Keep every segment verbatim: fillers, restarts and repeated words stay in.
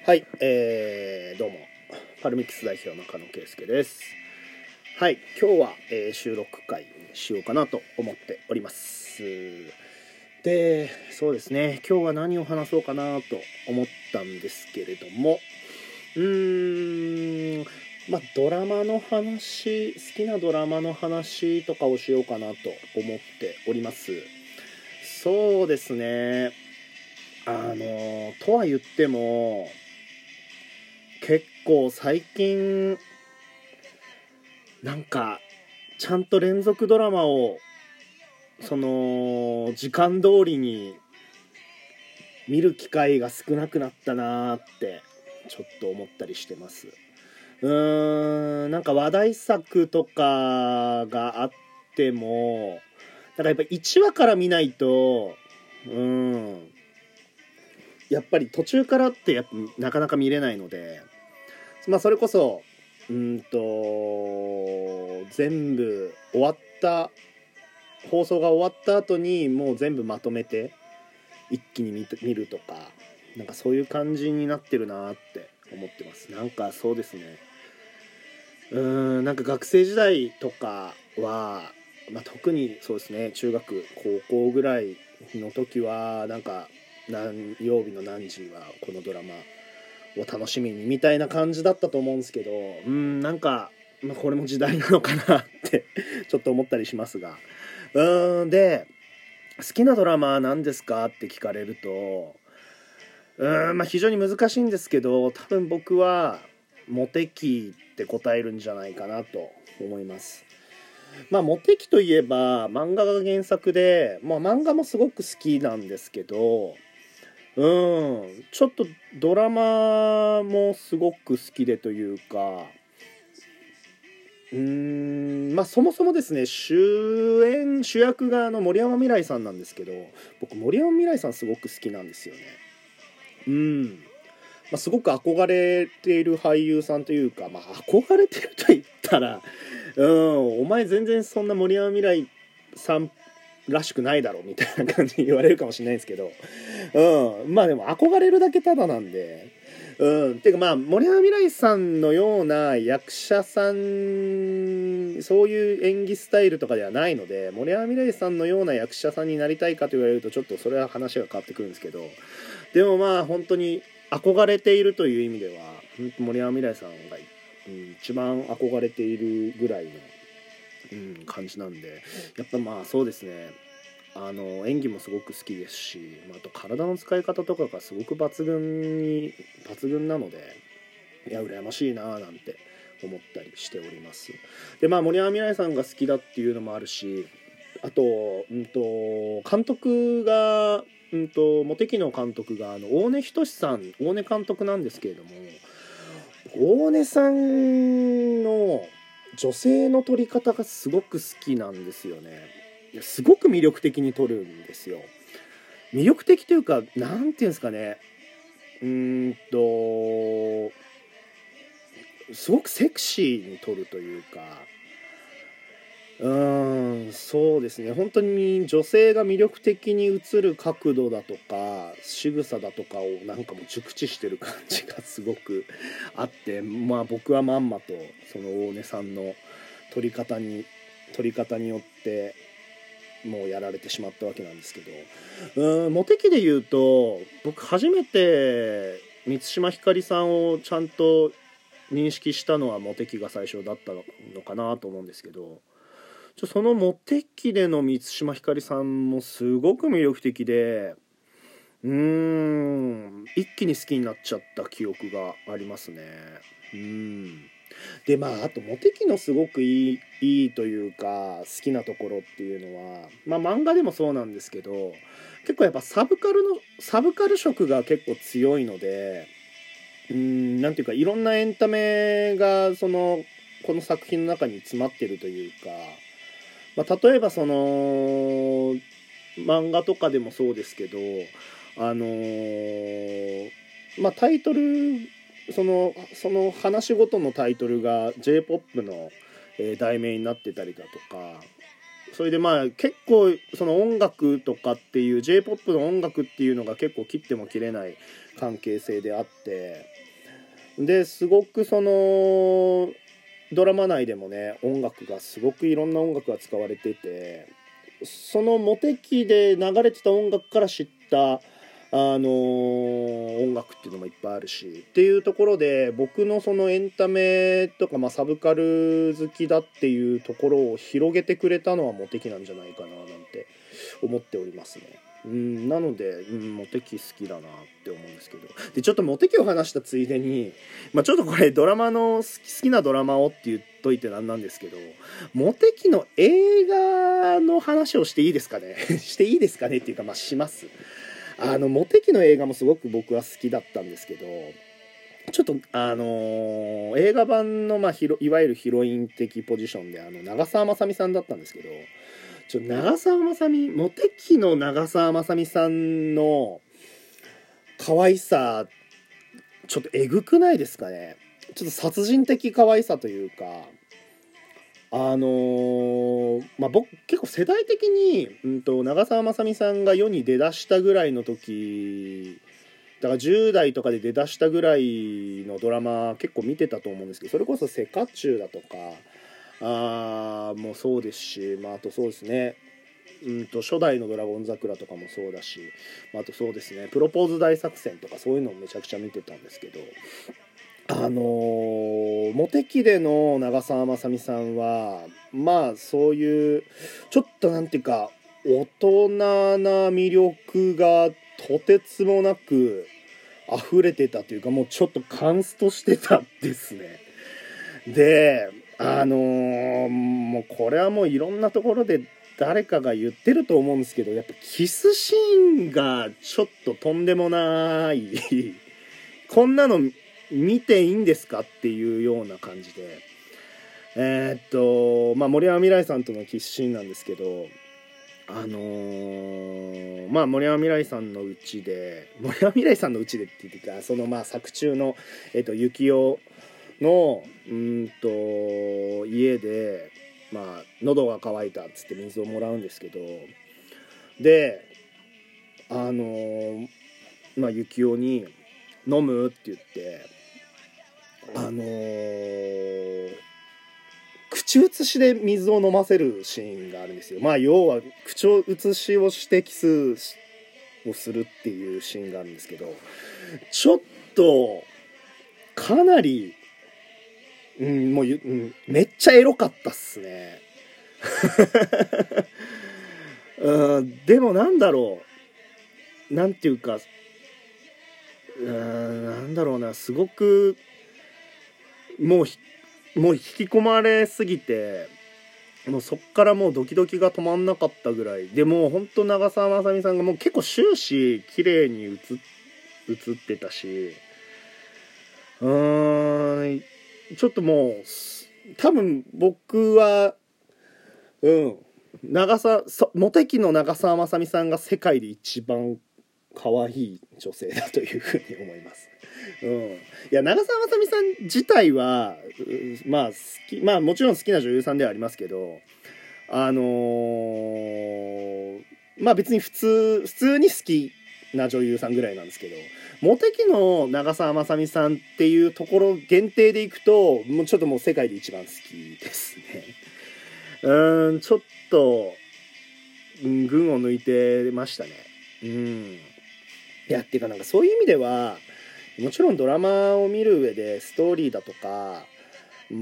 はい、えー、どうもパルミックス代表の加野圭介です。はい、今日は、えー、収録会にしようかなと思っております。で、そうですね、今日は何を話そうかなと思ったんですけれども、うーんまあドラマの話、好きなドラマの話とかをしようかなと思っております。そうですね、あのとは言っても結構最近なんかちゃんと連続ドラマをその時間通りに見る機会が少なくなったなーってちょっと思ったりしてます。うーんなんか話題作とかがあってもなんかやっぱいちわから見ないとうーんやっぱり途中からってやっぱなかなか見れないので、まあそれこそうんと全部終わった放送が終わった後にもう全部まとめて一気に 見, 見るとか、なんかそういう感じになってるなって思ってます。なんかそうですね、うーんなんか学生時代とかは、まあ、特にそうですね、中学高校ぐらいの時はなんか何曜日の何時はこのドラマを楽しみにみたいな感じだったと思うんですけど、うーんなんか、まあ、これも時代なのかなってちょっと思ったりしますが、うーんで好きなドラマ何ですかって聞かれると、うーんまあ非常に難しいんですけど、多分僕はモテキって答えるんじゃないかなと思います。まあモテキといえば漫画が原作で、まあ漫画もすごく好きなんですけど、うんちょっとドラマもすごく好きでというか、うーんまあそもそもですね、主演主役があの森山未來さんなんですけど、僕森山未來さんすごく好きなんですよね。うんまあ、すごく憧れている俳優さんというか、まあ憧れてると言ったらうんお前全然そんな森山未来さんらしくないだろみたいな感じに言われるかもしれないんですけど、うんまあでも憧れるだけただなんで、うんていうかまあ森山未來さんのような役者さん、そういう演技スタイルとかではないので、森山未來さんのような役者さんになりたいかと言われるとちょっとそれは話が変わってくるんですけど、でもまあ本当に憧れているという意味では森山未來さんが、うん、一番憧れているぐらいの、うん、感じなんで、やっぱまあそうですね、あの演技もすごく好きですし、あと体の使い方とかがすごく抜群に抜群なので、いや羨ましいなーなんて思ったりしております。でまあ森山未來さんが好きだっていうのもあるし、あと,、うんと監督が、うんとモテキの監督があの大根仁さん、大根監督なんですけれども、大根さんの女性の撮り方がすごく好きなんですよね。すごく魅力的に撮るんですよ。魅力的というか、なんていうんですかね、うーんとすごくセクシーに撮るというか、うーんそうですね、本当に女性が魅力的に映る角度だとか仕草だとかをなんかもう熟知してる感じがすごくあって、まあ僕はまんまとその大根さんの撮り方に撮り方によってもうやられてしまったわけなんですけど、うーんモテ期で言うと僕初めて満島ひかりさんをちゃんと認識したのはモテ期が最初だったのかなと思うんですけど、ちょそのモテ期での満島ひかりさんもすごく魅力的で、うーん一気に好きになっちゃった記憶がありますね。うんでまああとモテ期のすごくいい、いいというか好きなところっていうのは、まあ漫画でもそうなんですけど、結構やっぱサブカルのサブカル色が結構強いので、うーんなんていうかいろんなエンタメがそのこの作品の中に詰まってるというか、まあ、例えばその漫画とかでもそうですけど、あのーまあタイトルそのその話ごとのタイトルが J-ポップ の、えー題名になってたりだとか、 それでまあ結構その音楽とかっていう J-ポップ の音楽っていうのが結構切っても切れない関係性であって、ですごくそのドラマ内でもね音楽がすごくいろんな音楽が使われてて、そのモテ期で流れてた音楽から知ったあのー、音楽っていうのもいっぱいあるしっていうところで、僕のそのエンタメとか、まあ、サブカル好きだっていうところを広げてくれたのはモテ期なんじゃないかななんて思っておりますね。うんなので、うん、モテ期好きだなって思うんですけど、でちょっとモテ期を話したついでに、まあ、ちょっとこれドラマの好き、好きなドラマをって言っといてなんなんですけど、モテ期の映画の話をしていいですかねしていいですかねっていうか、まあします。あのモテ期の映画もすごく僕は好きだったんですけど、ちょっとあのー、映画版の、まあ、ヒロいわゆるヒロイン的ポジションであの長澤まさみさんだったんですけど、ちょ長澤まさみモテ期の長澤まさみさんの可愛さちょっとえぐくないですかね。ちょっと殺人的可愛さというか、あのー、まあ僕結構世代的に、うん、と長澤まさみさんが世に出だしたぐらいの時だからじゅう代とかで出だしたぐらいのドラマ結構見てたと思うんですけど、それこそセカチュウだとかあもうそうですし、まあ、あとそうですね、うんと初代のドラゴン桜とかもそうだし、まあ、あとそうですねプロポーズ大作戦とかそういうのをめちゃくちゃ見てたんですけど、あのー、モテ期での長澤まさみさんはまあそういうちょっとなんていうか大人な魅力がとてつもなく溢れてたというか、もうちょっとカンストしてたですね。であのー、もうこれはもういろんなところで誰かが言ってると思うんですけど、やっぱキスシーンがちょっととんでもないこんなの見ていいんですかっていうような感じで、えー、っとまあ森山未來さんとのキスシーンなんですけど、あのー、まあ森山未來さんのうちで森山未來さんのうちでって言ってたそのまあ作中のえー、っと幸男のうんと家でまあ喉が渇いたっつって水をもらうんですけど、であのー、まあ幸男に飲むって言ってあのー、口移しで水を飲ませるシーンがあるんですよ。まあ要は口移しをしてキスをするっていうシーンがあるんですけど、ちょっとかなり、うん、もう、うん、めっちゃエロかったっすね。うん、でもなんだろう、なんていうか、うん、なんだろうな、すごくもうもう引き込まれすぎて、もうそっからもうドキドキが止まんなかったぐらいで、もうほんと長澤まさみさんがもう結構終始綺麗に映映ってたし、うーんちょっともう多分僕はうん長澤モテ期の長澤まさみさんが世界で一番可愛い女性だというふうに思います。うん、いや長澤まさみさん自体はまあ好き、まあもちろん好きな女優さんではありますけど、あのー、まあ別に普通普通に好きな女優さんぐらいなんですけど、モテ期の長澤まさみさんっていうところ限定でいくともうちょっともう世界で一番好きですね。うーんちょっと、うん、群を抜いてましたね。うんいやっていうかなんかそういう意味ではもちろんドラマを見る上でストーリーだとか、うん、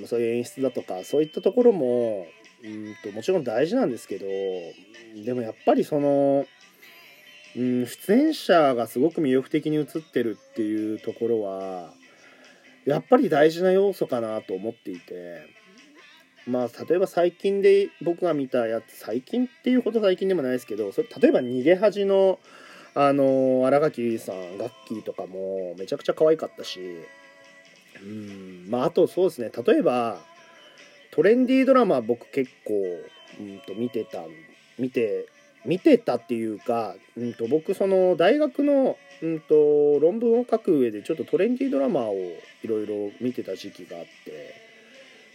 そういう演出だとかそういったところもうんともちろん大事なんですけど、でもやっぱりその、うん、出演者がすごく魅力的に映ってるっていうところはやっぱり大事な要素かなと思っていて、まあ例えば最近で僕が見たやつ、最近っていうほど最近でもないですけど、それ例えば逃げ恥のあの新垣結衣さんガッキーとかもめちゃくちゃ可愛かったし、うんまああとそうですね、例えばトレンディードラマ僕結構、うんと見てた見て見てたっていうか、うんと僕その大学の、うんと論文を書く上でちょっとトレンディードラマをいろいろ見てた時期があって、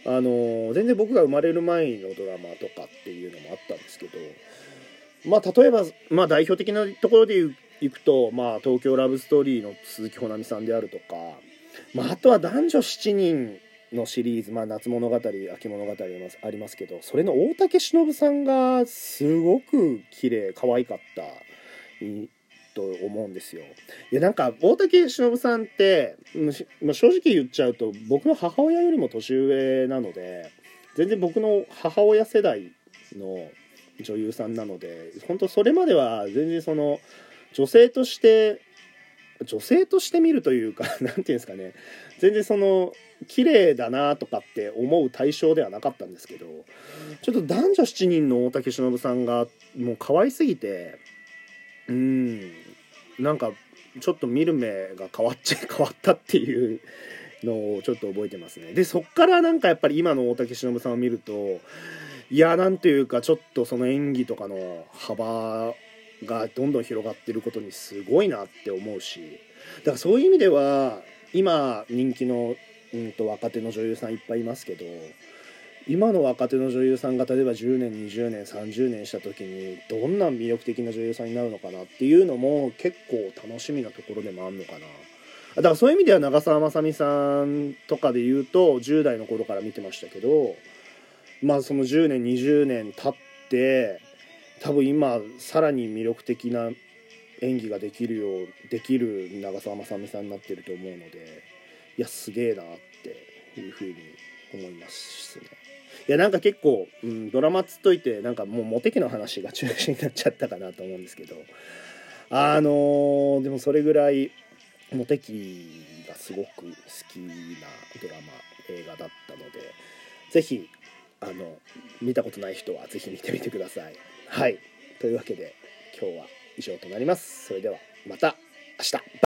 あの全然僕が生まれる前のドラマとかっていうのもあったんですけど、まあ例えば、まあ、代表的なところでいくと、まあ、東京ラブストーリーの鈴木保奈美さんであるとか、まあ、あとは男女しちにんのシリーズ、まあ、夏物語秋物語ありますけど、それの大竹しのぶさんがすごく綺麗可愛かったと思うんですよ。いやなんか大竹しのぶさんって、まあ、正直言っちゃうと僕の母親よりも年上なので、全然僕の母親世代の女優さんなので、本当それまでは全然その女性として女性として見るというかなんていうんですかね、全然その綺麗だなとかって思う対象ではなかったんですけど、ちょっと男女しちにんの大竹しのぶさんがもう可愛すぎて、うーんなんかちょっと見る目が変わっちゃ変わったっていうのをちょっと覚えてますね。でそっからなんかやっぱり今の大竹しのぶさんを見ると、いやなんていうかちょっとその演技とかの幅がどんどん広がってることにすごいなって思うし、だからそういう意味では今人気の、うんと若手の女優さんいっぱいいますけど、今の若手の女優さんが例えばじゅうねんにじゅうねんさんじゅうねんした時にどんな魅力的な女優さんになるのかなっていうのも結構楽しみなところでもあるのかな。だからそういう意味では長澤まさみさんとかで言うとじゅう代の頃から見てましたけど、まあそのじゅうねんにじゅうねん経って多分今さらに魅力的な演技ができるようできる長澤まさみさんになってると思うので、いやすげえなっていうふうに思いますね。いやなんか結構、うん、ドラマっつっといてなんかもうモテ期の話が中心になっちゃったかなと思うんですけど、あのー、でもそれぐらいモテ期がすごく好きなドラマ映画だったので、ぜひあの見たことない人はぜひ見てみてください。はい、というわけで今日は以上となります。それではまた明日。